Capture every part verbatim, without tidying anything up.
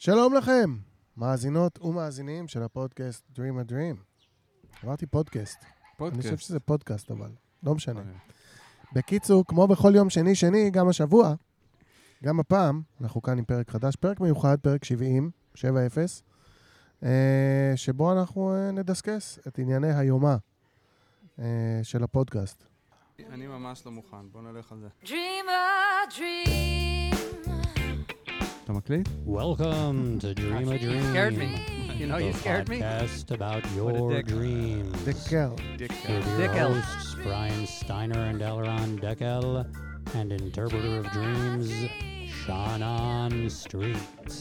שלום לכם, מאזינות ומאזינים של הפודקאסט Dream a Dream. אמרתי פודקאסט. פודקאסט. אני חושב שזה פודקאסט, אבל לא משנה. בקיצור, כמו בכל יום שני-שני, גם השבוע, גם הפעם, אנחנו כאן עם פרק חדש, פרק מיוחד, פרק שבעים, שבע אפס, שבו אנחנו נדסקס את ענייני היומה של הפודקאסט. אני ממש לא מוכן, בוא נלך על זה. Dream a dream. אתה מקליט? Welcome to Dream a Dream. Scared me. You know, you the scared me. podcast about What a your dick. dreams. דקל. With your Dickel. hosts, Brian Steiner and Elron Deckel, and interpreter of dreams, Shannon Streets.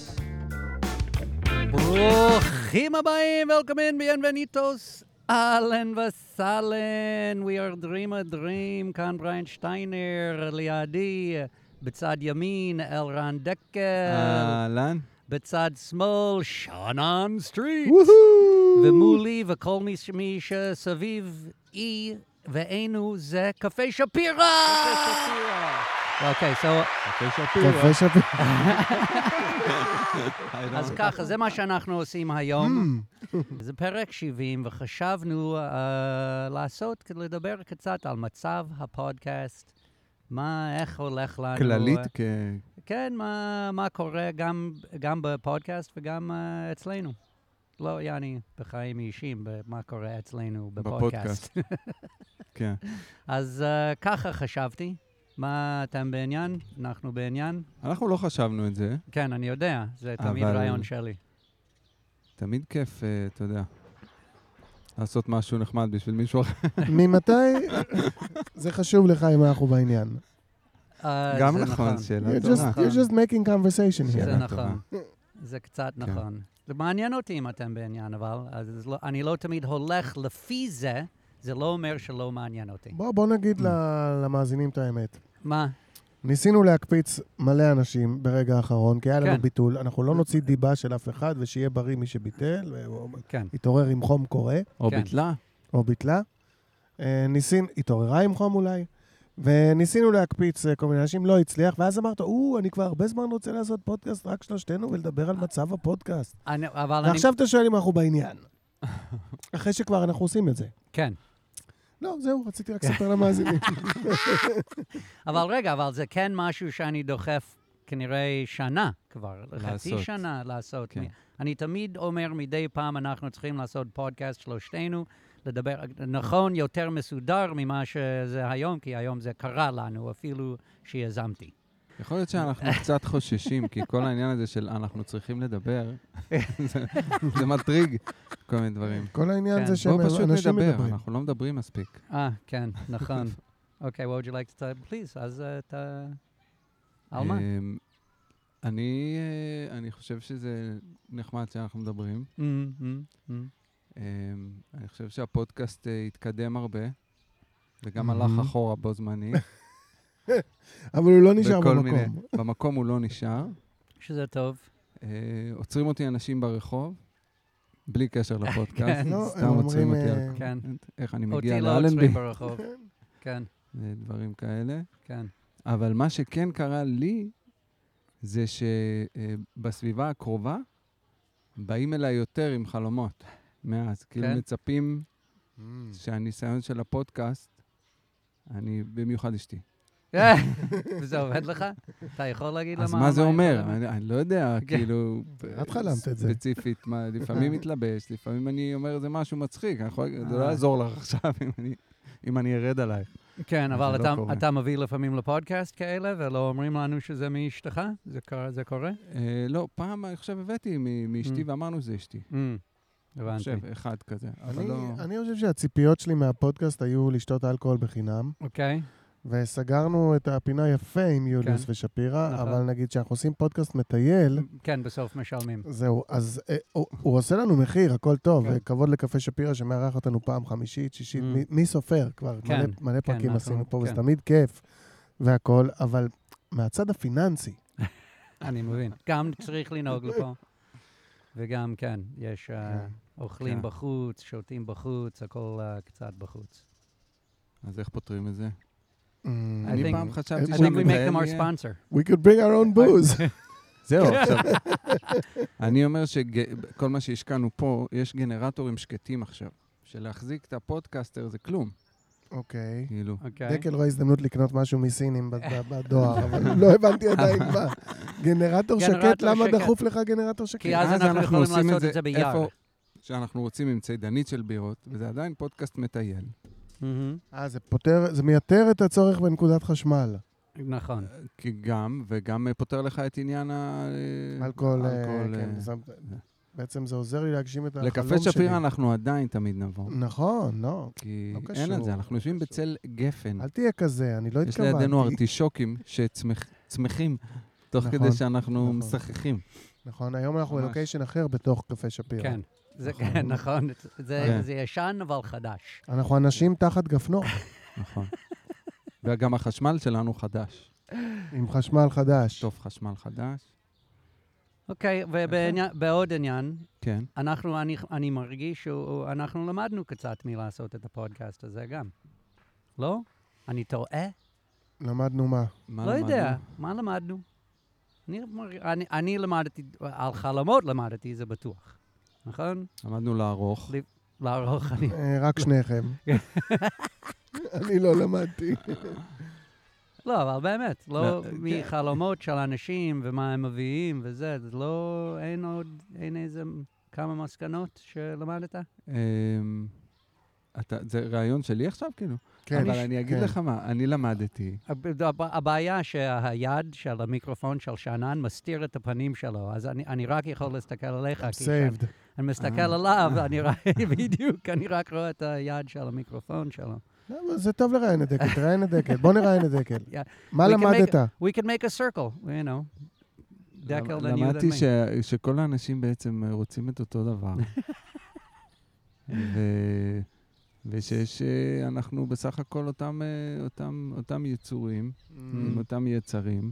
ברוכים הבאים, welcome in, bienvenidos, אהלן וסהלן, we are Dream a Dream, כאן בריין שטיינר, לידי, בצד ימין, אלרן דקל, אהלן? בצד שמאל, שאנן סטריט, וואו! ומולי וכל מי ש- מי שסביב אי ואינו זה קפה שפירא! אוקיי, so... קפה שפירא. קפה שפירא. אז ככה, זה מה שאנחנו עושים היום. זה פרק שבעים, וחשבנו uh, לעשות, לדבר קצת על מצב הפודקאסט, מה, איך הולך לנו. כללית כ... כן, מה, מה קורה גם, גם בפודקאסט וגם uh, אצלנו. לא, יעני, בחיים אישיים, מה קורה אצלנו בפודקאסט. כן. אז uh, ככה חשבתי. מה אתם בעניין? אנחנו בעניין? אנחנו לא חשבנו את זה. כן, אני יודע, זה תמיד אבל- רעיון שלי. תמיד כיף, אה, אתה יודע, לעשות משהו נחמד בשביל מישהו אחר. ממתי זה חשוב לך אם אנחנו בעניין? אה, גם זה נכון, שאלה You're טובה. just, you're just making conversation זה here. שאלה נכון. זה קצת כן. נכון. זה מעניין אותי אם אתם בעניין, אבל אז לא, אני לא תמיד הולך לפי זה, זה לא אומר שלא מעניין אותי. בוא, בוא נגיד ל- למאזינים את האמת. מה? ניסינו להקפיץ מלא אנשים ברגע האחרון, כי היה לנו כן. ביטול. אנחנו לא נוציא דיבה של אף אחד, ושיהיה בריא מי שביטל, כן. והתעורר עם חום קורא, או כן. ביטלה. או ביטלה. אה, ניסין, התעוררה עם חום אולי, וניסינו להקפיץ אה, כל מיני אנשים, לא הצליח, ואז אמרת, או, אני כבר הרבה זמן רוצה לעשות פודקאסט רק שלושתנו, ולדבר על מצב הפודקאסט. אני, אבל אני... ועכשיו אתה שואל אם אנחנו בעניין. אחרי שכבר אנחנו עושים את זה. כן. לא, זהו, רציתי רק לספר למאזינים. אבל רגע, אבל זה כן משהו שאני דוחף כנראה שנה כבר, חצי לעשות. שנה לעשות. כן. אני תמיד אומר, מדי פעם אנחנו צריכים לעשות פודקאסט שלושתנו, לדבר, נכון, יותר מסודר ממה שזה היום, כי היום זה קרה לנו, אפילו שיזמתי. יכול להיות שאנחנו קצת חוששים, כי כל העניין הזה של אנחנו צריכים לדבר, זה- זה מטריג כל מיני דברים. כל העניין כן. זה בואו פשוט שאנשים נדבר, מדברים. אנחנו לא מדברים מספיק. אה, כן, נכון. אוקיי, what would you like to tell? Please, אז אה, אתה... על מה? אמ, אני אה, אני חושב שזה נחמד שאנחנו מדברים. Mm, mm, mm. אמ, אני חושב שהפודקאסט אה, התקדם הרבה, וגם מהמם. הלך אחורה בו זמני. אבל הוא לא נשאר בכל מיני- במקום. במקום הוא לא נשאר. שזה טוב. אה, עוצרים אותי אנשים ברחוב, בלי קשר לפודקאסט. כן. לא, סתם הם עוצרים אומרים, אותי אה, על כן. איך אני מגיע אותי לא לאלנבי, עוצרים ברחוב. כן, ודברים כאלה. כן. אבל מה שכן קרה לי, זה שבסביבה הקרובה, באים אליי יותר עם חלומות מאז. כאילו כן. מצפים שהניסיון של הפודקאסט, אני במיוחד אשתי. וזה עובד לך? אתה יכול להגיד למה? אז מה זה אומר? יכול אני אני לא יודע, כן. כאילו... את חלמת את זה. ספציפית, מה, לפעמים מתלבש, לפעמים אני אומר, זה משהו מצחיק, אני יכול- זה לא אה. יעזור לך עכשיו אם אני- אם אני ארד עלייך. כן, זה אבל לא אתה- קורה. אתה מביא לפעמים לפודקאסט כאלה, ולא אומרים לנו שזה מאשתך? זה קורה- זה קורה? אה, לא, פעם אני חושב הבאתי מ- מאשתי Mm. ואמרנו זה אשתי. Mm, אני הבנתי. חושב, אחד כזה, אבל אני- לא... אני חושב שהציפיות שלי מהפודקאסט היו לשתות אלכוהול בחינם, אוקיי. וסגרנו את הפינה יפה עם יוליוס כן. ושפירא, נכון. אבל נגיד שאנחנו עושים פודקאסט מטייל, כן, בסוף משלמים. זהו, אז אה, הוא הוא עושה לנו מחיר, הכל טוב, כן. וכבוד לקפה שפירא שמארח אותנו פעם חמישית, שישית, Mm. מי- מי סופר? כבר כן, מלא- מלא כן, פרקים אנחנו- עשינו פה, וזה כן. תמיד כיף והכל, אבל מהצד הפיננסי, אני מבין. גם צריך לנהוג לפה, וגם, כן, יש אה, כן. אוכלים כן. בחוץ, שותים בחוץ, הכל אה, קצת בחוץ. אז איך פותרים את זה? Mm, I אני think- פעם חשבתי I I think we make שהמטייל them our יהיה- sponsor. we could bring our own booze. זהו, עכשיו, אני אומר שכל מה שהשקענו פה, יש גנרטורים שקטים עכשיו, שלהחזיק את הפודקאסטר זה כלום. אוקיי. כאילו. אוקיי. דקל רואה הזדמנות לקנות משהו מסינים ב- ב- בדואר, אבל לא הבנתי עדיין מה. גנרטור שקט, גנרטור למה שקט. דחוף לך גנרטור שקט? כי אז אנחנו יכולים עושים לעשות את זה ביער. איפה שאנחנו רוצים עם צידנית של בירות, וזה עדיין פודקאסט מטייל. מהמם. אה, זה פותר, זה מייתר את הצורך בנקודת חשמל. נכון. כי גם, וגם אה, פותר לך את עניין ה... אה, אלכוהול, אה, אלכוהול, כן. אה, זה- בעצם זה עוזר לי להגשים את החלום לקפה שלי. שפירא אנחנו עדיין תמיד נבוא. נכון, לא. כי לא אין על קשור, זה, אנחנו יושבים לא קשור. בצל גפן. אל תהיה כזה, אני לא יש התכוונתי. לידינו ארטישוקים שצמחים תוך נכון, כדי שאנחנו נכון. משחקים. נכון, היום אנחנו ממש. בלוקיישן אחר בתוך קפה שפירא. כן. זה נכון. כן, נכון. זה כן. זה ישן אבל חדש. אנחנו אנשים תחת גפנור, נכון. וגם החשמל שלנו חדש. עם חשמל חדש. טוב, חשמל חדש. אוקיי, ובעוד עניין, כן. אנחנו, אני, אני מרגיש שאנחנו למדנו קצת מלעשות את הפודקאסט הזה גם. לא? אני טועה? למדנו מה? מה לא למדנו? יודע. מה למדנו? אני, מרג- אני, אני למדתי, על חלומות למדתי, זה בטוח. נכון? למדנו לערוך. לערוך אני... אה, רק שניכם. אני לא למדתי. לא, אבל באמת, לא לא, מחלומות של אנשים ומה הם מביאים וזה, זה לא, אין עוד, אין איזה כמה מסקנות שלמדת? אמ, אתה- זה רעיון שלי עכשיו, כאילו? כן. אבל אני אגיד כן. לך מה, אני למדתי. הב- הב- הבעיה שהיד של המיקרופון של שאנן מסתיר את הפנים שלו, אז אני, אני רק יכול להסתכל עליך. כי כשאני- saved. אני מסתכל אה. עליו, אני רואה, בדיוק, אני רק רואה את היד של המיקרופון שלו. לא, אבל זה טוב לראיין את דקל, תראיין את דקל. בוא נראיין את דקל. Yeah. מה We can למדת? We can make a circle, you know. דקל, then you, then למדתי me. ש- שכל האנשים בעצם רוצים את אותו דבר. ו- ושיש, אה, אנחנו בסך הכל אותם, אה, אותם, אותם יצורים, Mm. עם אותם יצרים,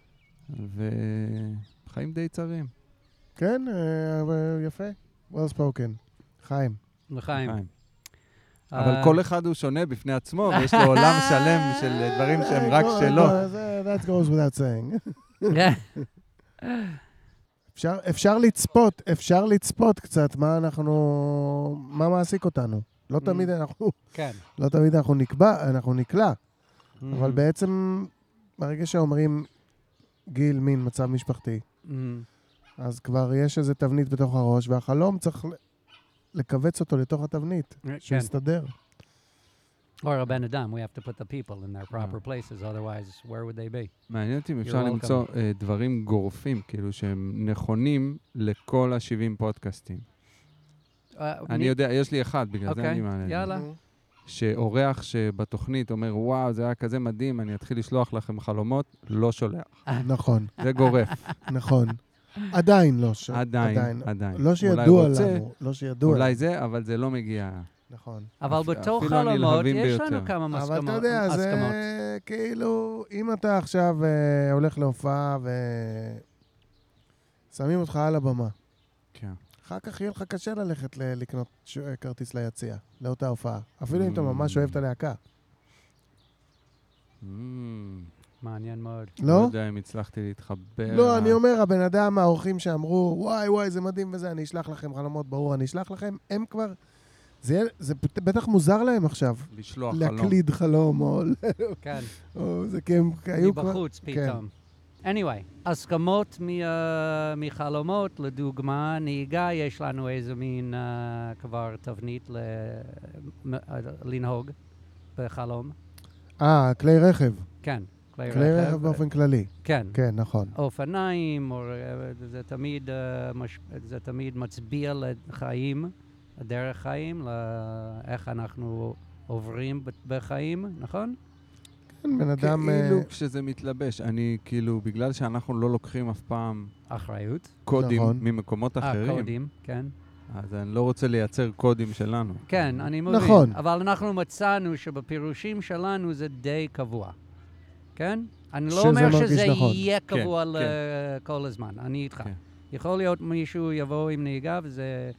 וחיים די צרים. כן, אה, אבל יפה. well spoken. חיים. לחיים. חיים. אה, אבל כל אחד הוא שונה בפני עצמו, ויש לו עולם שלם של דברים שהם רק לא, שלו. לא, זה- that goes without saying. כן. אפשר, אפשר לצפות, אפשר לצפות קצת מה אנחנו, מה מעסיק אותנו. לא תמיד אנחנו, כן. לא תמיד אנחנו נקבע, אנחנו נקלע, Mm-hmm. אבל בעצם, ברגע שאומרים גיל, מין, מצב משפחתי, Mm-hmm. אז כבר יש איזו תבנית בתוך הראש, והחלום צריך ל- לכווץ אותו לתוך התבנית, כן. שהוא יסתדר. Or a Ben Adam, we have to put the people in their proper places, otherwise, where would they be? מעניין אותי אם You're אפשר welcome. למצוא אה, דברים גורפים, כאילו שהם נכונים לכל ה-שבעים פודקאסטים. Uh, אני יודע, יש לי אחד, בגלל זה אוקיי, אני מעלה את זה. יאללה. שאורח שבתוכנית אומר, וואו, זה היה כזה מדהים, אני אתחיל לשלוח לכם חלומות, לא שולח. נכון, זה גורף. נכון. עדיין לא. ש- עדיין, עדיין. לא אולי שידוע רוצה, לנו, לא שידוע לנו. אולי זה, אבל זה לא מגיע. נכון. אבל אפ- בתוך אפילו חלומות הנלהבים יש ביותר. לנו כמה מסכמות. אבל אתה יודע, זה הסכמות. כאילו, אם אתה עכשיו אה, הולך להופעה ושמים אותך על הבמה, כן. אחר כך יהיה לך קשה ללכת ל- לקנות ש- כרטיס ליציאה, לאותה הופעה. אפילו אם אתה ממש אוהב את הלהקה. Mm, מעניין מאוד. לא לא? יודע אם הצלחתי להתחבר. לא, אני אומר, הבן אדם, האורחים שאמרו, וואי, וואי, זה מדהים וזה, אני אשלח לכם חלומות, ברור, אני אשלח לכם, הם כבר... זה יהיה- זה בטח מוזר להם עכשיו, לשלוח חלום. להקליד חלום, או... כן, או זה כי הם היו כבר... מבחוץ כן. פתאום. anyway, הסכמות מ- אה, מחלומות, לדוגמה, נהיגה, יש לנו איזה מין אה, כבר תבנית ל- מ- אה, לנהוג בחלום. אה, כלי רכב. כן, כלי כלי רכב רכב. באופן כללי. כן. כן, נכון. אופניים, או, אה, זה, תמיד, אה, מש, זה תמיד מצביע לחיים, לדרך חיים, לאיך אנחנו עוברים ב- בחיים, נכון? כן, בן אדם... אה, כאילו כשזה מתלבש. אני כאילו, בגלל שאנחנו לא לוקחים אף פעם אחריות. קודים נכון. ממקומות אה, אחרים, קודים, כן. אז אני לא רוצה לייצר קודים שלנו. כן, אני מבין. נכון. אבל אנחנו מצאנו שבפירושים שלנו זה די קבוע. כן? אני לא שזה אומר מרגיש שזה נכון. יהיה כן, קבוע כן. ל- כל הזמן, אני איתך. כן. יכול להיות מישהו יבוא עם נהיגה וזה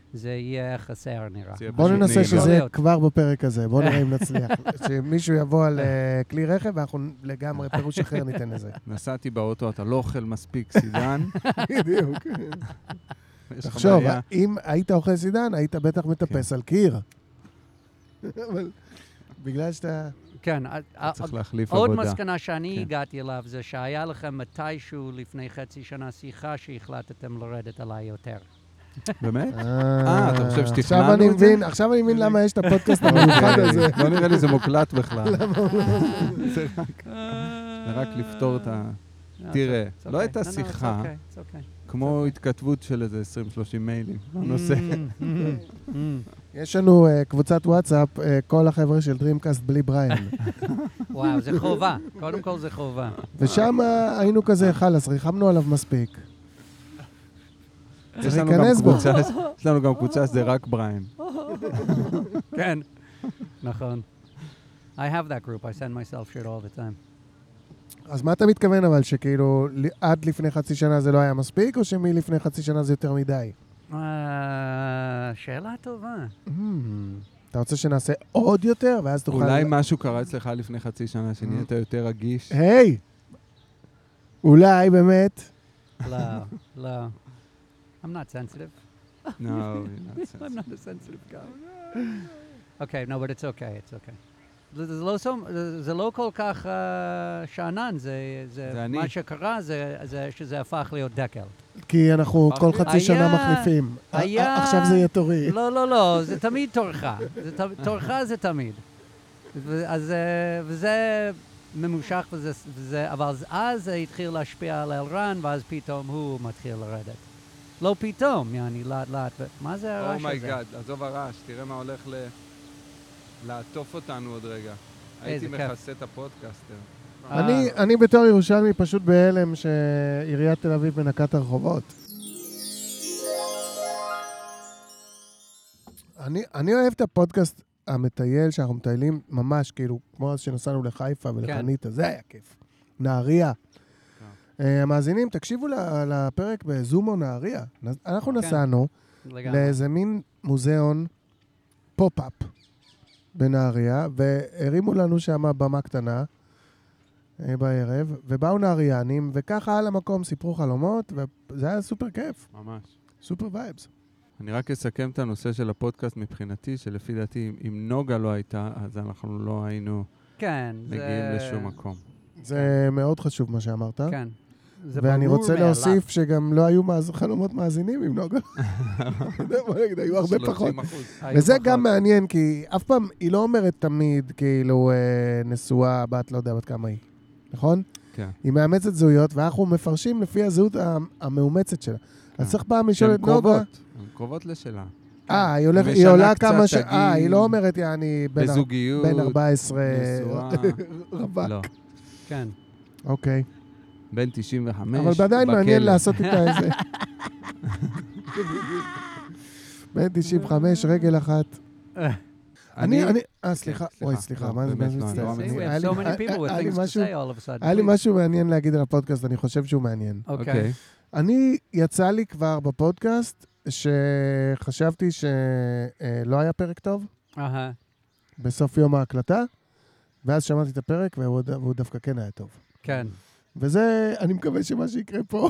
זה יהיה חסר נראה. זה יהיה בוא פשוט ננסה נעילה. שזה להיות. כבר בפרק הזה, בוא נראה אם נצליח. שמישהו יבוא על אה, כלי רכב, ואנחנו לגמרי פירוש אחר ניתן לזה. נסעתי באוטו, אתה לא אוכל מספיק סידן. בדיוק. יש לך תחשוב, בעיה. אם היית אוכל סידן, היית בטח מטפס על קיר. אבל בגלל שאתה... כן, צריך להחליף עוד עבודה. מסקנה שאני כן. הגעתי אליו זה שהיה לכם מתישהו לפני חצי שנה שיחה שהחלטתם לרדת עליי יותר. באמת? אה, אתה חושב עכשיו שתכננו אני את זה? מבין, עכשיו אני מבין למה יש את הפודקאסט המיוחד הזה. לא נראה לי זה מוקלט בכלל. זה רק- זה רק לפתור את ה... תראה, It's okay. לא הייתה No, no, it's שיחה. okay, it's okay. כמו התכתבות של איזה עשרים שלושים מיילים. הנושא. Mm, mm, mm. יש לנו אה, קבוצת וואטסאפ, אה, כל החבר'ה של דרימקאסט בלי בריין. וואו, זה חובה. קודם כל זה חובה. ושם אה, היינו כזה, חלאס, ריחמנו עליו מספיק. יש צריך לנו גם להיכנס בו. קבוצה- יש לנו גם קבוצה שזה רק בריין. כן, נכון. I have that group. I send myself shit all the time. אז מה אתה מתכוון אבל, שכאילו ל- עד לפני חצי שנה זה לא היה מספיק, או שמלפני חצי שנה זה יותר מדי? אה, שאלה טובה. Hmm, אתה רוצה שנעשה עוד יותר, ואז תוכל... אולי משהו קרה אצלך לפני חצי שנה, שנהיית יותר רגיש. היי! אולי באמת... לא, לא. I'm not sensitive. No, you're not sensitive. I'm not a sensitive guy. Okay, no, but it's okay, it's okay. זה, זה, לא, סום, זה, זה לא כל כך uh, שאנן, זה, זה, זה אני. מה שקרה זה, זה שזה הפך להיות דקל. כי אנחנו כל היה- חצי שנה מחליפים. היה- ע- עכשיו זה יהיה תורי. לא, לא, לא, זה תמיד תורך. זה, ת- תורך זה תמיד. ו- אז, אה, וזה ממושך, וזה, וזה, אבל אז זה התחיל להשפיע על אלרן, ואז פתאום הוא מתחיל לרדת. לא פתאום, יעני, לאט לאט. ו- מה זה הרעש הזה? אומייגאד, עזוב הרעש, תראה מה הולך ל... לעטוף אותנו עוד רגע. הייתי איזה כיף. מכסה את הפודקאסטר. אה, אני, אני בתור ירושלמי פשוט בהלם שעיריית תל אביב מנקה את הרחובות. אני, אני אוהב את הפודקאסט המטייל, שאנחנו מטיילים ממש, כאילו, כמו אז שנסענו לחיפה ולחניתה, זה היה כיף. נהריה. Uh, המאזינים, תקשיבו ל- לפרק בזומו נהריה. נ- אנחנו כן. נסענו לגמרי. לאיזה מין מוזיאון פופ-אפ בנהריה, והרימו לנו שם במה קטנה אה, בערב, ובאו נהריאנים, וככה על המקום סיפרו חלומות, וזה היה סופר כיף, ממש. סופר וייבס. אני רק אסכם את הנושא של הפודקאסט מבחינתי, שלפי דעתי, אם נוגה לא הייתה, אז אנחנו לא היינו כן, זה... מגיעים לשום מקום. זה מאוד חשוב מה שאמרת. כן. זה ואני ברור רוצה מאליו. להוסיף שגם לא היו מאז- חלומות מאזינים עם נוגה. בוא נגיד, היו הרבה פחות. שלושים אחוז. היו וזה פחות. גם מעניין, כי אף פעם היא לא אומרת תמיד, כאילו, אה, נשואה, בת לא יודע בת כמה היא, נכון? כן. היא מאמצת זהויות, ואנחנו מפרשים לפי הזהות ה- המאומצת שלה. אז כן. צריך פעם לשאול שהן את נוגה, קרובות, הן קרובות לשלה. אה, היא הולכת- היא משנה עולה קצת כמה ש... את אה, היא הגיל. לא אומרת, יעני, בן אר- בזוגיות, בן ארבע עשרה, נשואה. רווק. לא. כן. אוקיי. בן תשעים וחמש, אבל עדיין מעניין בכלא. לעשות איתה איזה... בן תשעים וחמש, רגל אחת. אני, אני, אה, סליחה, כן, אוי, סליחה. סליחה, לא, מה זה, באמת מה זה לא, מצטער. אני לא אני- See, we היה have לי- so many people with היה לי things to משהו- say all of a sudden. היה לי משהו מעניין להגיד על הפודקאסט, אני חושב שהוא מעניין. אוקיי. אוקיי. אני, יצא לי כבר בפודקאסט, שחשבתי שלא היה פרק טוב אהה. בסוף יום ההקלטה, ואז שמעתי את הפרק, והוא ד- והוא דווקא כן היה טוב. כן. וזה, אני מקווה שמה שיקרה פה.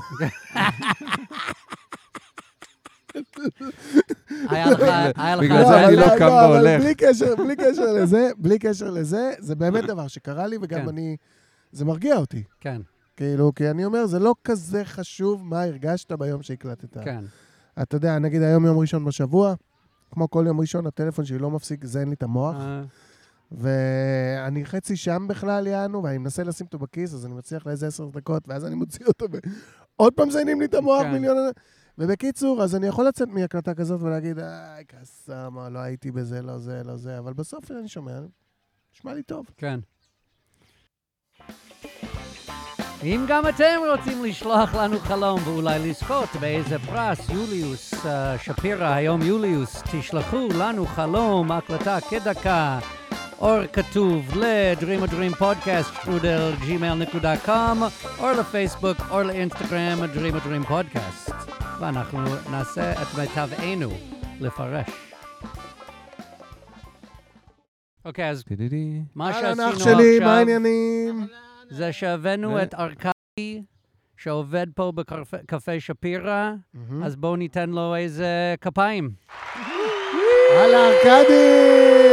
היה לך... היה לך... בגלל זה אני לא אבל- קם אבל והולך. בלי קשר, בלי קשר לזה, בלי קשר לזה, זה באמת דבר שקרה לי, וגם כן. אני, זה מרגיע אותי. כן, כאילו, כי אני אומר, זה לא כזה חשוב מה הרגשת ביום שהקלטת. כן. אתה יודע, נגיד היום יום ראשון בשבוע, כמו כל יום ראשון, הטלפון שלי לא מפסיק לזיין לי את המוח, אה, ואני חצי שם בכלל, יענו, ואני מנסה לשים אותו בכיס, אז אני מצליח לאיזה עשר דקות, ואז אני מוציא אותו, ועוד פעם זיינים לי את המוח כן. מיליון... ובקיצור, אז אני יכול לצאת מהקלטה כזאת ולהגיד, איי, קסאמה, לא הייתי בזה, לא זה, לא זה, אבל בסוף אני שומע, נשמע לי טוב. כן. אם גם אתם רוצים לשלוח לנו חלום ואולי לזכות באיזה פרס, יוליוס uh, שפירא, היום יוליוס, תשלחו לנו חלום, הקלטה כדקה, אור כתוב ל-Dream a Dream Podcast, שטרודל ג'ימייל נקודה קום, או לפייסבוק, או לאינסטגרם, Dream a Dream Podcast. ואנחנו נעשה את מיטבנו לפרש. אוקיי, אז טידידי. מה אהלן שעשינו אח שלי, מה עכשיו העניינים? זה שהבאנו ו- את ארכדי, שעובד פה בקפה שפירא, מהמם. אז בואו ניתן לו איזה כפיים. הלאה, ארכדי!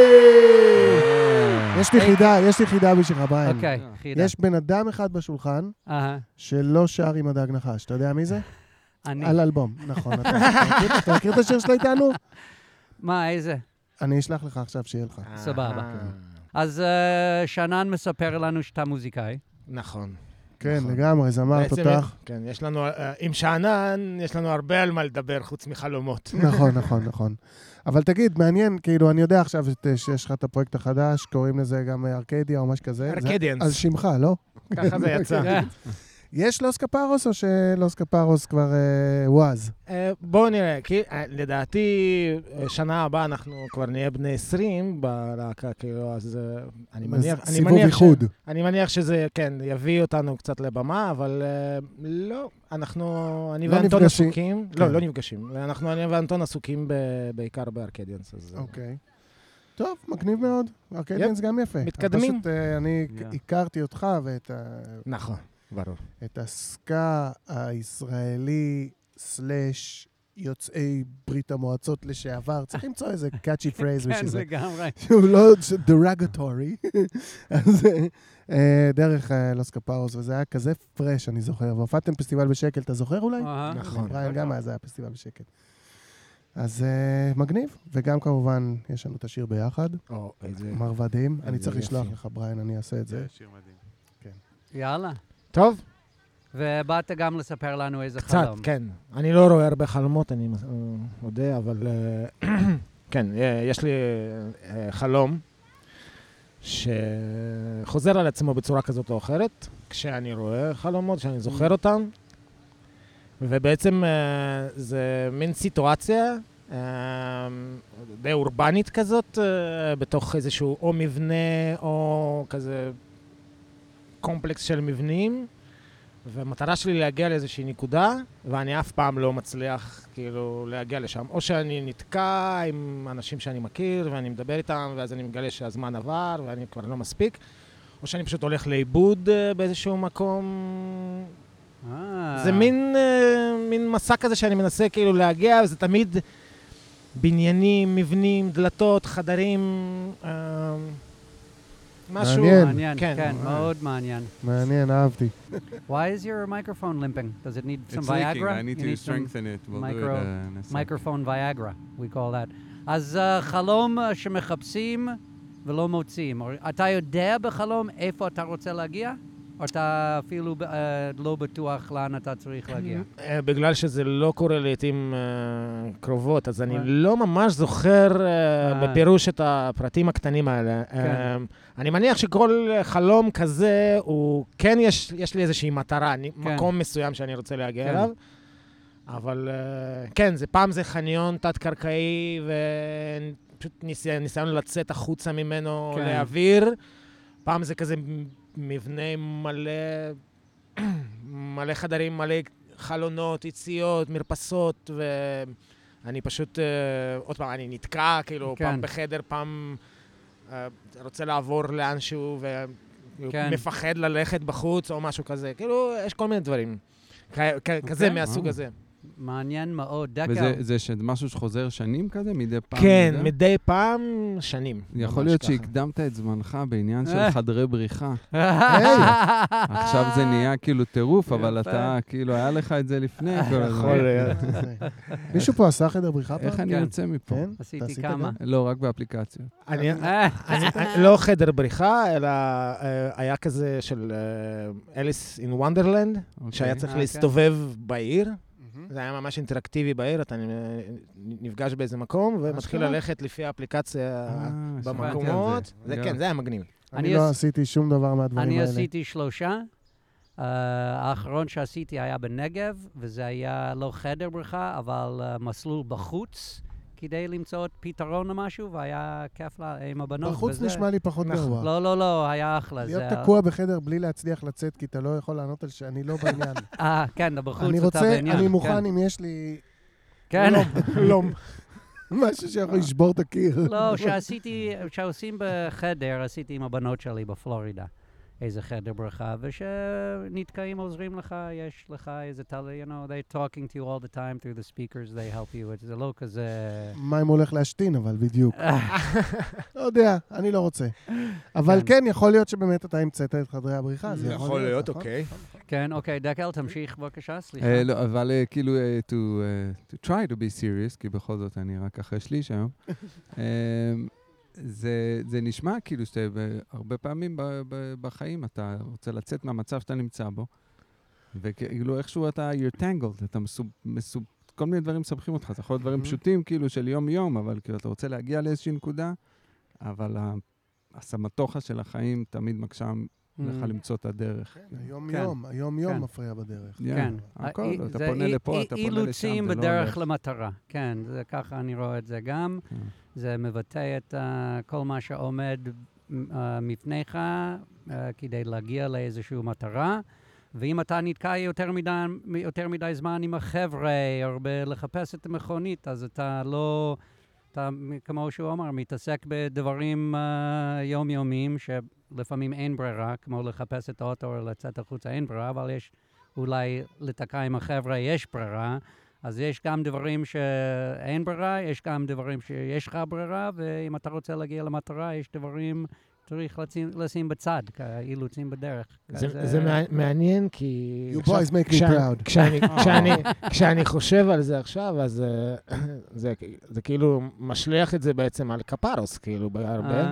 יש לי חידה, יש לי חידה בשבילך, בריין. אוקיי, חידה. יש בן אדם אחד בשולחן אהה, שלא שר עם הדג נחש. אתה יודע מי זה? אני. על אלבום, נכון. אתה מכיר- אתה מכיר את השיר שלו איתנו? מה, איזה? אני אשלח לך עכשיו שיהיה לך. סבבה. אה, אז אה, שנן מספר לנו שאתה מוזיקאי. נכון. כן, נכון. לגמרי, זמרת בעצם, אותך. כן, יש לנו, אה, עם שאנן, יש לנו הרבה על מה לדבר חוץ מחלומות. נכון, נכון, נכון. אבל תגיד, מעניין, כאילו, אני יודע עכשיו שת- שיש לך את הפרויקט החדש, קוראים לזה גם ארקדיה או משהו כזה. זה ארקדיאנס. על שמך, לא? ככה זה יצא. יש לוס קפרוס או שלוס קפרוס כבר אה, ואז? אה, בואו נראה, כי אה, לדעתי, אה, שנה הבאה אנחנו כבר נהיה בני עשרים בלהקה, כאילו, אז אה, אני מניח... אני סיבוב מניח ש- איחוד. אני מניח שזה, כן, יביא אותנו קצת לבמה, אבל אה, לא, אנחנו, אני לא ואנטון נפגשים. עסוקים, כן. לא, לא נפגשים, אנחנו, אני ואנטון עסוקים ב- בעיקר בארקדיאנס, אז... אה, אוקיי. טוב, מגניב מאוד. ארקדיאנס גם יפה. מתקדמים. פשוט אה, אני Yeah. הכרתי אותך ואת ה- נכון, ברור. את הסקה הישראלי סלאש יוצאי ברית המועצות לשעבר. צריך למצוא איזה קאצ'י פרייז כן, בשביל זה. לגמרי. שהוא לא דרגטורי. אז אה, דרך אה, לוס קפרוס, וזה היה כזה פרש, אני זוכר. והופעתם פסטיבל בשקל, אתה זוכר אולי? אהה. נכון. בריין גם היה, זה היה פסטיבל בשקל. אז אה, מגניב, וגם כמובן, יש לנו את השיר ביחד, או, איזה... מרבדים. אני איזה צריך לשלוח יופי. לך, בריין, אני אעשה את זה. שיר מדהים. יאללה. טוב, ובאת גם לספר לנו איזה קצת, חלום. כן. אני לא רואה הרבה חלומות, אני מס- אה, מודה, אבל אה, כן, אה, יש לי אה, חלום שחוזר על עצמו בצורה כזאת או אחרת, כשאני רואה חלומות, כשאני זוכר אותם, ובעצם אה, זה מין סיטואציה אה, די אורבנית כזאת, אה, בתוך איזשהו או מבנה או כזה קומפלקס של מבנים, והמטרה שלי להגיע לאיזושהי נקודה, ואני אף פעם לא מצליח כאילו להגיע לשם. או שאני נתקע עם אנשים שאני מכיר, ואני מדבר איתם, ואז אני מגלה שהזמן עבר, ואני כבר לא מספיק, או שאני פשוט הולך לאיבוד אה, באיזשהו מקום. אה. זה מין, אה, מין מסע כזה שאני מנסה כאילו להגיע, וזה תמיד בניינים, מבנים, דלתות, חדרים, אה, משהו. מעניין. מעניין, כן. כן, מאוד מעניין. מעניין, אהבתי. Why is your microphone limping? Does it need some It's leaking. Viagra? I need You to need some strengthen it. We'll do it micro- uh, in a second. microphone Viagra, we call that. אז uh, חלום uh, שמחפשים ולא מוצאים. או, אתה יודע בחלום איפה אתה רוצה להגיע? או אתה אפילו uh, לא בטוח לאן אתה צריך להגיע? אה, בגלל שזה לא קורה לעתים אה, קרובות, אז אני אה. לא ממש זוכר אה, אה. בפירוש את הפרטים הקטנים האלה. אה, אני מניח שכל חלום כזה, הוא כן יש, יש לי איזושהי מטרה, אני, כן. מקום מסוים שאני רוצה להגיע כן. אליו, אבל אה, כן, זה פעם זה חניון תת-קרקעי, ופשוט ניסיון, ניסיון לצאת החוצה ממנו כן. לאוויר, פעם זה כזה מבנה מלא, מלא חדרים, מלא חלונות, יציאות, מרפסות, ואני פשוט, אה, עוד פעם, אני נתקע, כאילו, כן. פעם בחדר, פעם אה, רוצה לעבור לאנשהו, כן. ומפחד ללכת בחוץ או משהו כזה. כאילו, יש כל מיני דברים. כ- כ- כזה אוקיי. מהסוג אה. הזה. מעניין מאוד. דקה. וזה זה ש- משהו שחוזר שנים כזה, מדי פעם? כן, מדי? מדי פעם, שנים. יכול ממש להיות ככה. שהקדמת את זמנך בעניין של אה. חדרי בריחה. היי, עכשיו זה נהיה כאילו טירוף, אבל יפה. אתה, כאילו, היה לך את זה לפני כל הזמן. יכול להיות. מישהו פה עשה חדר בריחה פעם? איך אני כן. יוצא מפה? כן? עשיתי אתה עשית כמה. גם? לא, רק באפליקציות. אני, אה, אני, לא חדר בריחה, אלא אה, היה כזה של אליס אין וונדרלנד, שהיה אוקיי. צריך אה, להסתובב בעיר. מהמם. זה היה ממש אינטראקטיבי בעיר, אתה אה, נפגש באיזה מקום ומתחיל אשכרה? ללכת לפי האפליקציה אה, שמעתי על במקומות. זה יאללה. כן, זה היה מגניב. אני אני לא עש- עשיתי שום דבר מהדברים אני האלה. עשיתי שלושה. Uh, האחרון שעשיתי היה בנגב, וזה היה לא חדר בריכה, אבל uh, מסלול בחוץ, כדי למצוא פתרון למשהו, והיה כיף לה, עם הבנות. בחוץ וזה. נשמע לי פחות נכון. גרוע. לא, לא, לא, היה אחלה. להיות זה- תקוע בחדר בלי להצליח לצאת, כי אתה לא יכול לענות על שאני לא בעניין. אה, כן, בחוץ אני אתה רוצה, בעניין. אני כן. מוכן אם יש לי... כן. לא, משהו שיכול לשבור את הקיר. לא, שעשיתי, שעושים בחדר, עשיתי עם הבנות שלי בפלורידה. איזה חדר בריכה, ושנתקעים עוזרים לך, יש לך איזה טל, you know, they're talking to you all the time through the speakers, they help you, זה לא כזה... מה אם הולך להשתין, אבל בדיוק. לא יודע, אני לא רוצה. אבל כן, יכול להיות שבאמת אתה המצאת את חדרי הבריכה. זה יכול להיות, אוקיי. כן, אוקיי, דקל, תמשיך בבקשה, סליחה. אה, לא, אבל אה, כאילו, אה, to, uh, to try to be serious, כי בכל זאת אני רק אחרי שליש היום. אה, זה, זה נשמע כאילו שאתה הרבה פעמים ב, ב, בחיים אתה רוצה לצאת מהמצב שאתה נמצא בו, וכאילו איכשהו אתה, you're tangled, אתה מסוב, מסוב, כל מיני דברים מסבכים אותך, זה יכול להיות דברים פשוטים כאילו של יום-יום, אבל כאילו אתה רוצה להגיע לאיזושהי נקודה, אבל הסמטוחה של החיים תמיד מקשה לך למצוא את הדרך. היום-יום, היום-יום מפריע בדרך. כן. הכל, אתה פונה לפה, אתה פונה לשם, אילוצים בדרך למטרה, כן, זה ככה אני רואה את זה גם. זה מבטא את uh, כל מה שעומד uh, מפניך uh, כדי להגיע לאיזושהי מטרה, ואם אתה נתקע יותר מדי, יותר מדי זמן עם החבר'ה, או לחפש את המכונית, אז אתה לא, אתה, כמו שהוא אמר, מתעסק בדברים uh, יומיומיים, שלפעמים אין ברירה, כמו לחפש את האוטו או לצאת החוצה, אין ברירה, אבל יש אולי לתקע עם החבר'ה, יש ברירה, אז יש גם דברים שאין ברירה, יש גם דברים שיש לך ברירה, ואם אתה רוצה להגיע למטרה, יש דברים צריך לשים, לשים בצד, כאילוצים בדרך. זה, כזה... זה מעניין, כי... You boys make me proud. כשאני, כשאני, כשאני חושב על זה עכשיו, אז זה, זה, זה כאילו משליח את זה בעצם על קפרוס, כאילו, בהרבה.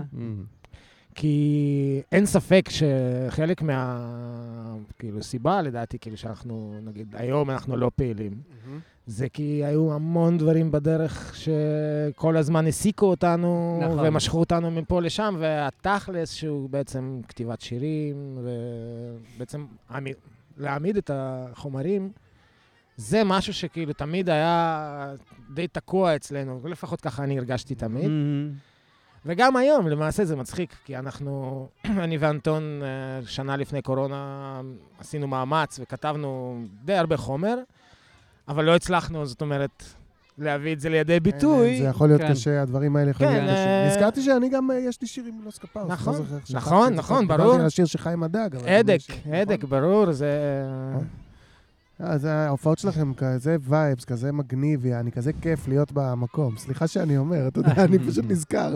כי אין ספק שחלק מה... כאילו, סיבה, לדעתי, כאילו, שאנחנו, נגיד, היום אנחנו לא פעילים. זה כי היו המון דברים בדרך שכל הזמן הסיקו אותנו, נכון. ומשכו אותנו מפה לשם, והתכלס שהוא בעצם כתיבת שירים, ובעצם להעמיד את החומרים, זה משהו שכאילו תמיד היה די תקוע אצלנו, לפחות ככה אני הרגשתי תמיד. וגם היום, למעשה זה מצחיק, כי אנחנו, אני ואנטון, שנה לפני קורונה, עשינו מאמץ וכתבנו די הרבה חומר, אבל לא הצלחנו, זאת אומרת, להביא את זה לידי ביטוי. זה יכול להיות קשה, הדברים האלה יכולים להיות קשה. נזכרתי שאני גם, יש לי שיר עם לוס קפאוס. נכון, נכון, נכון, ברור. דיברתי על השיר שחיים הדג. עדק, עדק, ברור, זה... אז ההופעות שלכם כזה וייבס, כזה מגניבי, אני כזה כיף להיות במקום. סליחה שאני אומר, אתה יודע, אני פשוט נזכר.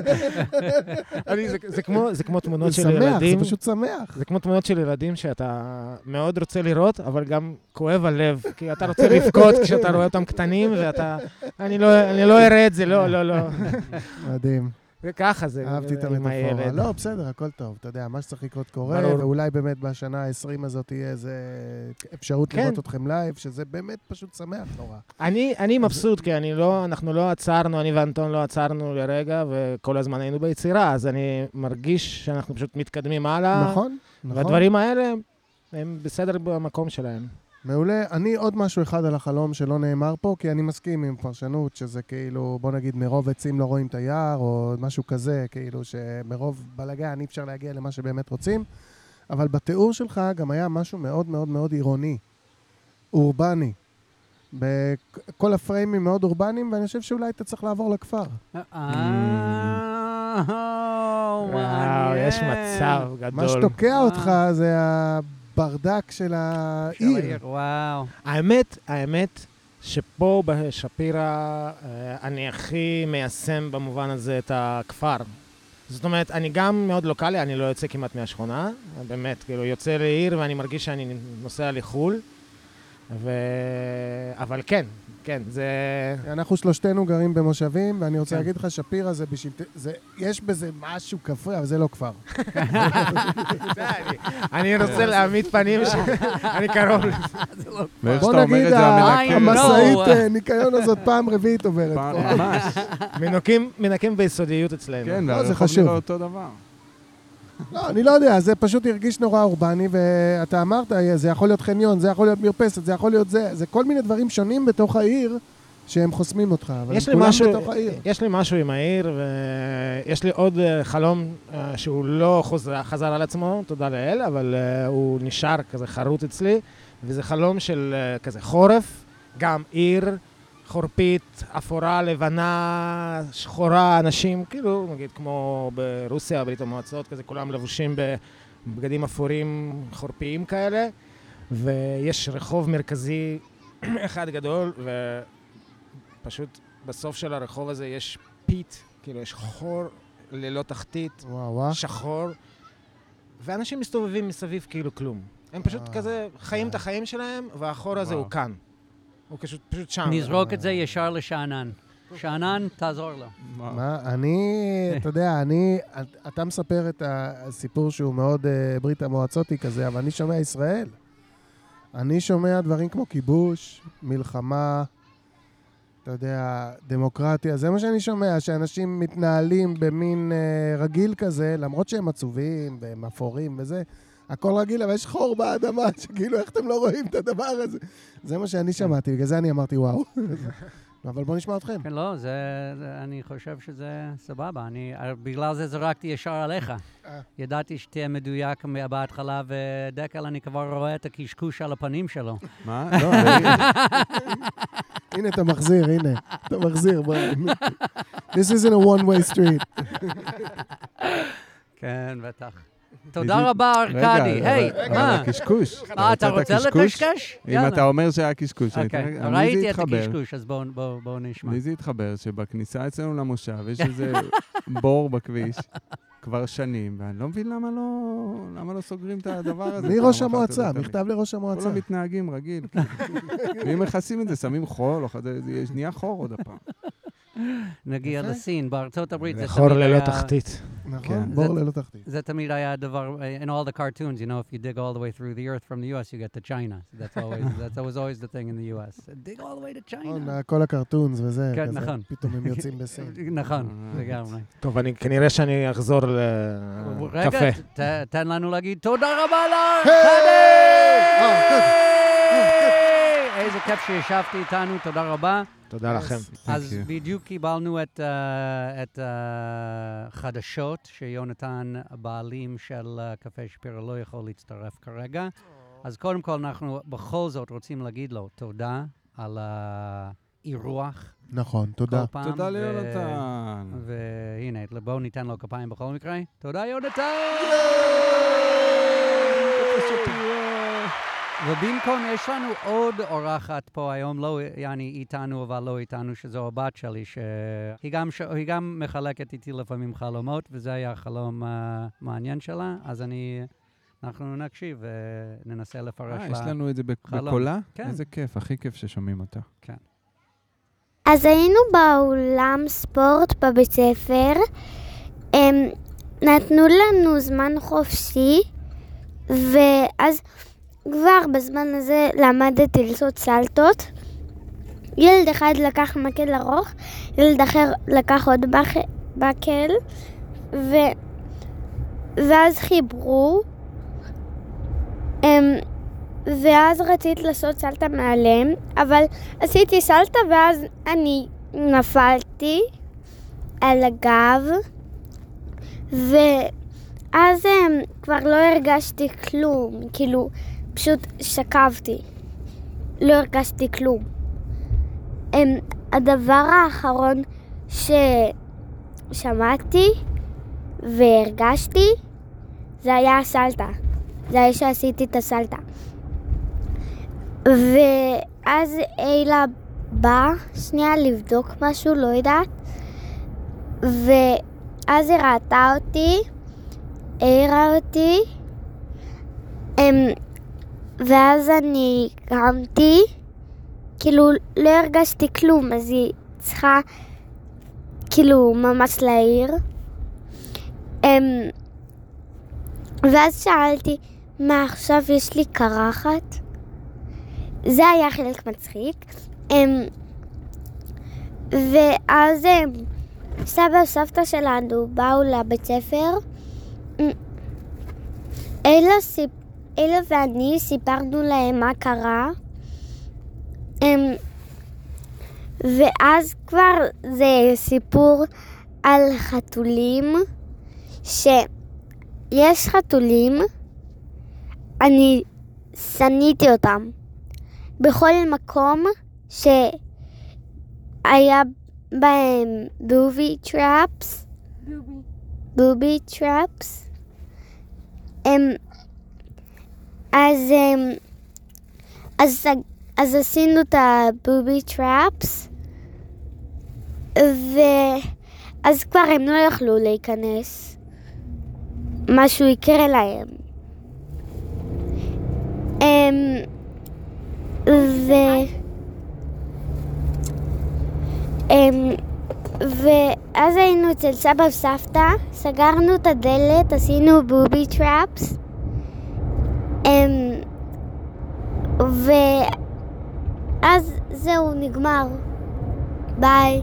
זה כמו תמונות של ילדים. זה פשוט שמח. זה כמו תמונות של ילדים שאתה מאוד רוצה לראות, אבל גם כואב הלב, כי אתה רוצה לבכות כשאתה רואה אותם קטנים, ואתה... אני לא אראה את זה, לא, לא, לא. מדהים. וככה זה אהבתי את המטאפורה. לא, בסדר, הכל טוב. אתה יודע, מה שצריך לקרות קורה, ואולי באמת בשנה ה-עשרים הזאת תהיה איזו אפשרות לראות אתכם לייב, שזה באמת פשוט שמח נורא. אני מבסוט, כי אנחנו לא עצרנו, אני ואנטון לא עצרנו לרגע, וכל הזמן היינו ביצירה, אז אני מרגיש שאנחנו פשוט מתקדמים הלאה. נכון, נכון. והדברים האלה, הם בסדר במקום שלהם. מעולה. אני עוד משהו אחד על החלום שלא נאמר פה, כי אני מסכים עם פרשנות שזה כאילו, בוא נגיד, מרוב עצים לא רואים את היער, או משהו כזה, כאילו שמרוב בלגן אי אפשר להגיע למה שבאמת רוצים, אבל בתיאור שלך גם היה משהו מאוד מאוד מאוד עירוני, אורבני. בכל הפריימים מאוד אורבניים, ואני חושב שאולי אתה צריך לעבור לכפר. וואו, יש מצב גדול. מה שתוקע אותך זה ה... ברדק של העיר. וואו. האמת, האמת שפה בשפירה אני הכי מיישם במובן הזה את הכפר. זאת אומרת, אני גם מאוד לוקלי, אני לא יוצא כמעט מהשכונה, באמת, כאילו יוצא לעיר ואני מרגיש שאני נוסע לחול, ו... אבל כן, כן, זה... אנחנו שלושתנו גרים במושבים, ואני רוצה להגיד לך, שפירה זה בשביל... יש בזה משהו כפרי, אבל זה לא כפר. אני רוצה להעמיד פנים שאני קרוב לזה. בוא נגיד, המסעית ניקיון הזאת פעם רביעית עוברת. ממש. מנקים ביסודיות אצלנו. כן, והרחוב נראה אותו דבר. לא, אני לא יודע, זה פשוט הרגיש נורא אורבני, ואתה אמרת, זה יכול להיות חניון, זה יכול להיות מרפסת, זה יכול להיות זה, זה כל מיני דברים שונים בתוך העיר, שהם חוסמים אותך, אבל כולם משהו, בתוך העיר. יש לי משהו עם העיר, ויש לי עוד חלום שהוא לא חוזר, חזר על עצמו, תודה לאל, אבל הוא נשאר כזה חרוט אצלי, וזה חלום של כזה חורף, גם עיר, חורפית, אפורה, לבנה, שחורה, אנשים, כאילו, נגיד, כמו ברוסיה, ברית המועצות, כזה, כולם לבושים בבגדים אפורים חורפיים כאלה, ויש רחוב מרכזי אחד גדול, ופשוט בסוף של הרחוב הזה יש פית, כאילו, יש חור ללא תחתית, וואו, וואו. שחור, ואנשים מסתובבים מסביב כאילו כלום. הם פשוט וואו. כזה חיים את החיים שלהם, והחור הזה וואו. הוא כאן. הוא פשוט, פשוט שם. נזרוק את זה ישר לשענן. שענן, תעזור לו. מה, אני, אתה יודע, אני, אתה מספר את הסיפור שהוא מאוד uh, ברית המועצותי כזה, אבל אני שומע ישראל. אני שומע דברים כמו כיבוש, מלחמה, אתה יודע, דמוקרטיה, זה מה שאני שומע, שאנשים מתנהלים במין uh, רגיל כזה, למרות שהם עצובים והם אפורים וזה, הכל רגיל, אבל יש חור באדמה, שכאילו איך אתם לא רואים את הדבר הזה. זה מה שאני שמעתי, בגלל זה אני אמרתי וואו. אבל בואו נשמע אתכם. כן, לא, זה, זה, אני חושב שזה סבבה. אני, בגלל זה זרקתי ישר עליך. ידעתי שתהיה מדויק בהתחלה, ודקל, אני כבר רואה את הקשקוש על הפנים שלו. מה? לא, אני... הנה, אתה מחזיר, הנה. אתה מחזיר, בוא. This isn't a one-way street. כן, בטח. תודה רבה, ארקדי. היי, רגע, מה? הקשקוש. אה, אתה רוצה לקשקש? אם אתה אומר שהיה קשקוש. אוקיי, לי זה ראיתי את התחבר. הקשקוש, אז בואו בואו- בואו נשמע. לי זה התחבר שבכניסה אצלנו למושב יש איזה בור בכביש כבר שנים, ואני לא מבין למה לא, למה לא סוגרים את הדבר הזה. מי פעם ראש אחת המועצה? ולתמיד. מכתב לראש המועצה. כולם מתנהגים רגיל. ואם מכסים את זה, שמים חול, או חד- זה נהיה חור עוד הפעם. נגיע יפה. לסין, בארצות הברית זה חור תמיד ללא היה... תחתית. נכון, זה- בור ללא תחתית. זה תמיד היה הדבר, uh, in all the cartoons, you know, if you dig all the way through the earth from the U S, you get to China. That's always, that's was always the thing in the U S. Dig all the way to נכון, China. כל הקרטונס וזה, כן, כזה, נכון. פתאום הם יוצאים בסין. נכון, לגמרי. טוב, אני, כנראה שאני אחזור לקפה. רגע, ת- תן לנו להגיד תודה רבה היי! אה, לארקדי! good. איזה כיף שישבתי איתנו, תודה רבה. תודה לכם. אז you. בדיוק קיבלנו את, uh, את החדשות שיונתן, הבעלים של uh, קפה שפירא, לא יכול להצטרף כרגע. אז קודם כל אנחנו בכל זאת רוצים להגיד לו תודה על האירוח נכון, כל תודה. פעם. תודה ו- ליונתן. והנה, בואו ניתן לו כפיים בכל מקרה. תודה יונתן! ובמקום, יש לנו עוד אורחת פה היום, לא יעני איתנו, אבל לא איתנו, שזו הבת שלי, שהיא גם, ש... היא גם מחלקת איתי לפעמים חלומות, וזה היה חלום uh, מעניין שלה, אז אני, אנחנו נקשיב וננסה לפרש אה, לה. יש לנו את זה בק- חלום. בקולה? כן. איזה כיף, הכי כיף ששומעים אותה. אז היינו באולם ספורט בבית ספר, הם נתנו לנו זמן חופשי, ואז כבר בזמן הזה למדתי לעשות סלטות. ילד אחד לקח מקל ארוך, ילד אחר לקח עוד בח- מקל, ו... ואז חיברו, הם... ואז רציתי לעשות סלטה מעליהם, אבל עשיתי סלטה ואז אני נפלתי על הגב, ואז הם, כבר לא הרגשתי כלום, כאילו פשוט שקבתי, לא הרגשתי כלום. הם, הדבר האחרון ששמעתי והרגשתי זה היה הסלטה, זה היה שעשיתי את הסלטה. ואז אילה באה שנייה לבדוק משהו, לא יודעת. ואז היא ראתה אותי, העירה אותי. ואז אני קמתי, כאילו לא הרגשתי כלום, אז היא צריכה כאילו ממש להעיר. ואז שאלתי, מה עכשיו יש לי קרחת? זה היה חלק מצחיק. ואז סבא וסבתא שלנו באו לבית ספר. אלה, סיפ... אלה ואני סיפרנו להם מה קרה. ואז כבר זה סיפור על חתולים, שיש חתולים, אני שניתי אותם. בכל מקום היה בהם בובי טראפס. בובי טראפס. הם... אז... הם... אז... אז עשינו את הבובי טראפס. ואז כבר הם לא יכלו להיכנס. משהו יקרה להם. הם... ו... הם... ואז היינו אצל סבא וסבתא, סגרנו את הדלת, עשינו בובי טראפס. הם... ואז זהו, נגמר. ביי.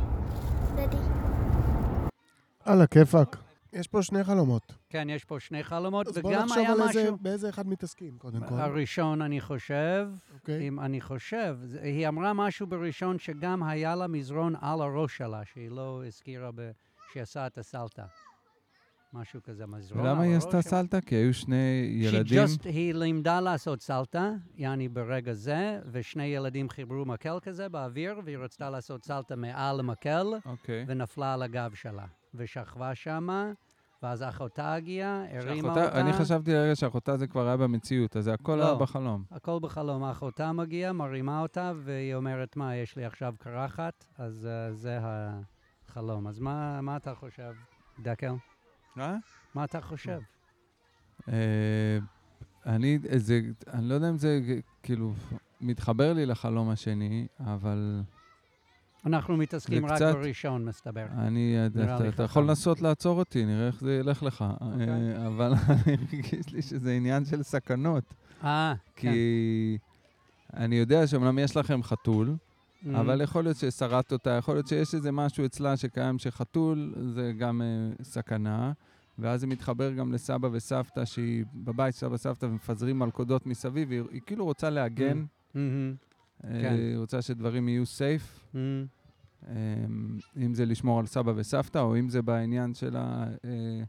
על הכיפק. יש פה שני חלומות. כן, יש פה שני חלומות, אז בוא וגם נחשוב היה על איזה, משהו... באיזה אחד מתעסקים, קודם כל. הראשון, אני חושב, אוקיי. אם אני חושב, זה- היא אמרה משהו בראשון שגם היה לה מזרון על הראש שלה, שהיא לא הזכירה ב... שהיא עשה את הסלטה. משהו כזה, מזרון על הראש. ולמה היא עשתה סלטה? כי היו שני ילדים. She just, היא לימדה לעשות סלטה, יעני ברגע זה, ושני ילדים חיברו מקל כזה באוויר, והיא רצתה לעשות סלטה מעל המקל, אוקיי. ונפלה על הגב שלה. ושכבה שמה, ואז אחותה הגיעה, הרימה שאחותה- אותה. אני חשבתי לרגע שאחותה זה כבר היה במציאות, אז זה הכל לא. היה בחלום. הכל בחלום. אחותה מגיעה, מרימה אותה, והיא אומרת, מה, יש לי עכשיו קרחת? אז uh, זה החלום. אז מה, מה אתה חושב, דקל? אה? מה אתה חושב? אה, אני, זה, אני לא יודע אם זה כאילו מתחבר לי לחלום השני, אבל אנחנו מתעסקים זה רק קצת- בראשון, מסתבר. אני, נראה אתה, לי אתה יכול חכם. לנסות לעצור אותי, נראה איך זה ילך לך. אוקיי. אה, אבל אני הרגיש לי שזה עניין של סכנות, אה, כי אני יודע שאומנם יש לכם חתול, כן. אבל יכול להיות ששרדת אותה, יכול להיות שיש איזה משהו אצלה שקיים שחתול זה גם uh, סכנה, ואז זה מתחבר גם לסבא וסבתא שהיא בבית, סבא וסבתא, ומפזרים מלכודות מסביב, והיא היא כאילו רוצה להגן, מהמם, uh, כן. היא רוצה שדברים יהיו סייף, מהמם. um, אם זה לשמור על סבא וסבתא, או אם זה בעניין של, ה, uh,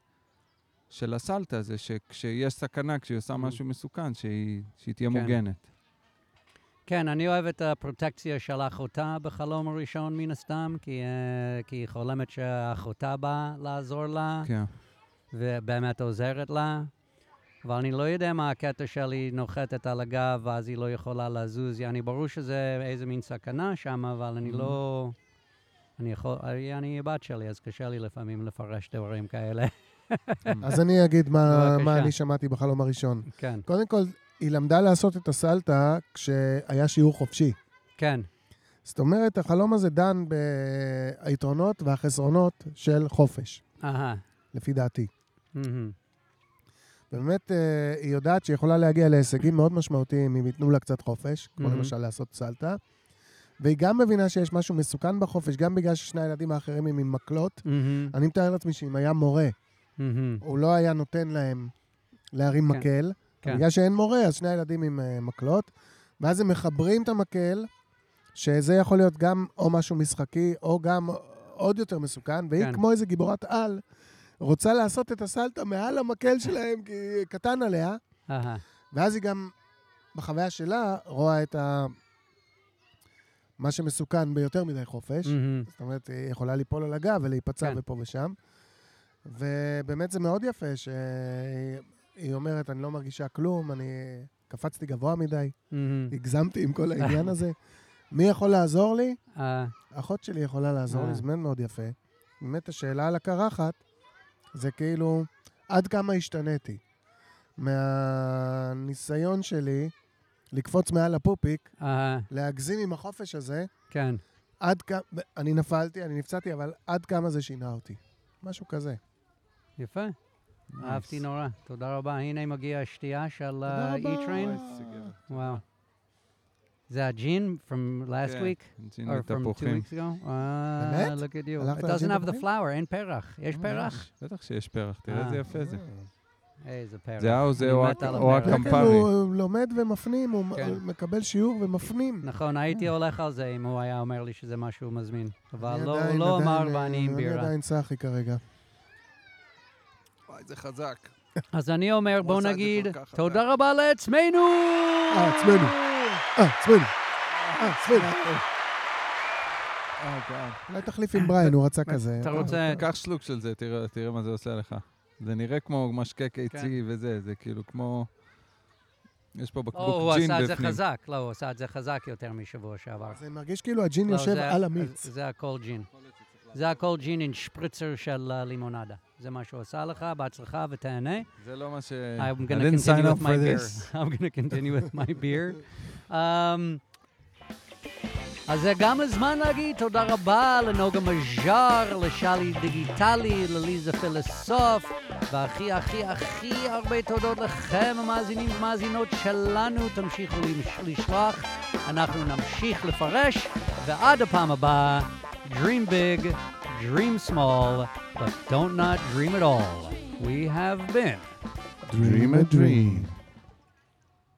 של הסלטה, זה שכשיש סכנה, כשהיא עושה משהו מסוכן, שהיא, שהיא תהיה כן. מוגנת. כן, אני אוהב את הפרוטקציה של אחותה בחלום הראשון, מן הסתם, כי, uh, כי היא חולמת שאחותה באה לעזור לה, כן. ובאמת עוזרת לה. אבל אני לא יודע מה הקטע שלי נוחתת על הגב, ואז היא לא יכולה לזוז. יעני, ברור שזה איזה מין סכנה שם, אבל אני לא... אני יכול... אני בת שלי, אז קשה לי לפעמים לפרש דברים כאלה. אז אני אגיד מה, בבקשה. מה אני שמעתי בחלום הראשון. כן, קודם כל, היא למדה לעשות את הסלטה כשהיה שיעור חופשי. כן. זאת אומרת, החלום הזה דן ביתרונות והחסרונות של חופש, אהה. לפי דעתי. מהמם. באמת, אה, היא יודעת שהיא יכולה להגיע להישגים מאוד משמעותיים אם ייתנו לה קצת חופש, כמו Mhm. למשל לעשות סלטה. והיא גם מבינה שיש משהו מסוכן בחופש, גם בגלל ששני הילדים האחרים הם עם מקלות. מהמם. אני מתאר לעצמי שאם היה מורה, מהמם. הוא לא היה נותן להם להרים כן. מקל. כן. בגלל שאין מורה, אז שני הילדים עם uh, מקלות. ואז הם מחברים את המקל, שזה יכול להיות גם או משהו משחקי, או גם עוד יותר מסוכן, והיא כן. כמו איזה גיבורת על, רוצה לעשות את הסלטה מעל המקל שלהם, כי קטן עליה, אהה. ואז היא גם, בחוויה שלה, רואה את ה... מה שמסוכן ביותר מדי חופש. מהמם. זאת אומרת, היא יכולה ליפול על הגב ולהיפצע כן. ופה ושם. ובאמת זה מאוד יפה שהיא אומרת, אני לא מרגישה כלום, אני קפצתי גבוה מדי, מהמם. הגזמתי עם כל העניין הזה. מי יכול לעזור לי? אה, אחות שלי יכולה לעזור לי, אה. זה באמת מאוד יפה. באמת השאלה על הקרחת, זה כאילו, עד כמה השתניתי. מהניסיון שלי לקפוץ מעל הפופיק, אהה. להגזים עם החופש הזה, כן. עד כמה, אני נפלתי, אני נפצעתי, אבל עד כמה זה שינה אותי. משהו כזה. יפה. אהבתי נורא. תודה רבה. הנה מגיעה השתייה של תודה רבה. E-Train. וואו. זה הג'ין from last כן, week? ג'ין Or from two לתפוחים. weeks ago? Ah, באמת? look at you. הלכת It על doesn't ג'ין have the תפוחים? flower, אין פרח. יש פרח? בטח שיש פרח, תראה אה. איזה יפה זה. איזה פרח. זה או זה אני או מת על הק- או הפרח. כן, הקמפרי. הוא לומד ומפנים, הוא כן. מקבל שיעור ומפנים. נכון, הייתי הולך על זה אם הוא היה אומר לי שזה מה שהוא מזמין. אבל אני לא- עדיין- הוא לא אמר עדיין, ואני עם אני בירה. עדיין סחי כרגע. וואי, זה חזק. אז אני אומר, בוא עשה את זה נגיד, כל כך תודה רבה לעצמנו! אה, עצמנו. אה, עצמנו. אה, עצמנו. אולי תחליף עם בריין, הוא רצה כזה. אתה רוצה... קח שלוק של זה, תראה, תראה מה זה עושה לך. זה נראה כמו משקה קיצי כן. וזה, זה כאילו כמו... יש פה או, בקבוק הוא ג'ין עשה את זה בפנים. חזק. לא, הוא עשה את זה חזק יותר משבוע שעבר. זה מרגיש כאילו הג'ין לא, יושב זה- על המיץ. זה הכל ג'ין. זה הכל ג'ין עם שפריצר של uh, לימונדה. זה מה שהוא עשה לך, בהצלחה ותהנה. זה לא מה ש... I'm I going to didn't sign continue up with for my beer. this. I'm going to continue with my beer. Um, אז זה גם הזמן להגיד תודה רבה לנוגה מז'אר, לשלי דיגיטלי, לליזה פילוסוף, והכי הכי הכי הרבה תודות לכם המאזינים ומאזינות שלנו. תמשיכו לשלוח, אנחנו נמשיך לפרש, ועד הפעם הבאה, dream big, dream small, but don't not dream at all. We have been Dream a dream.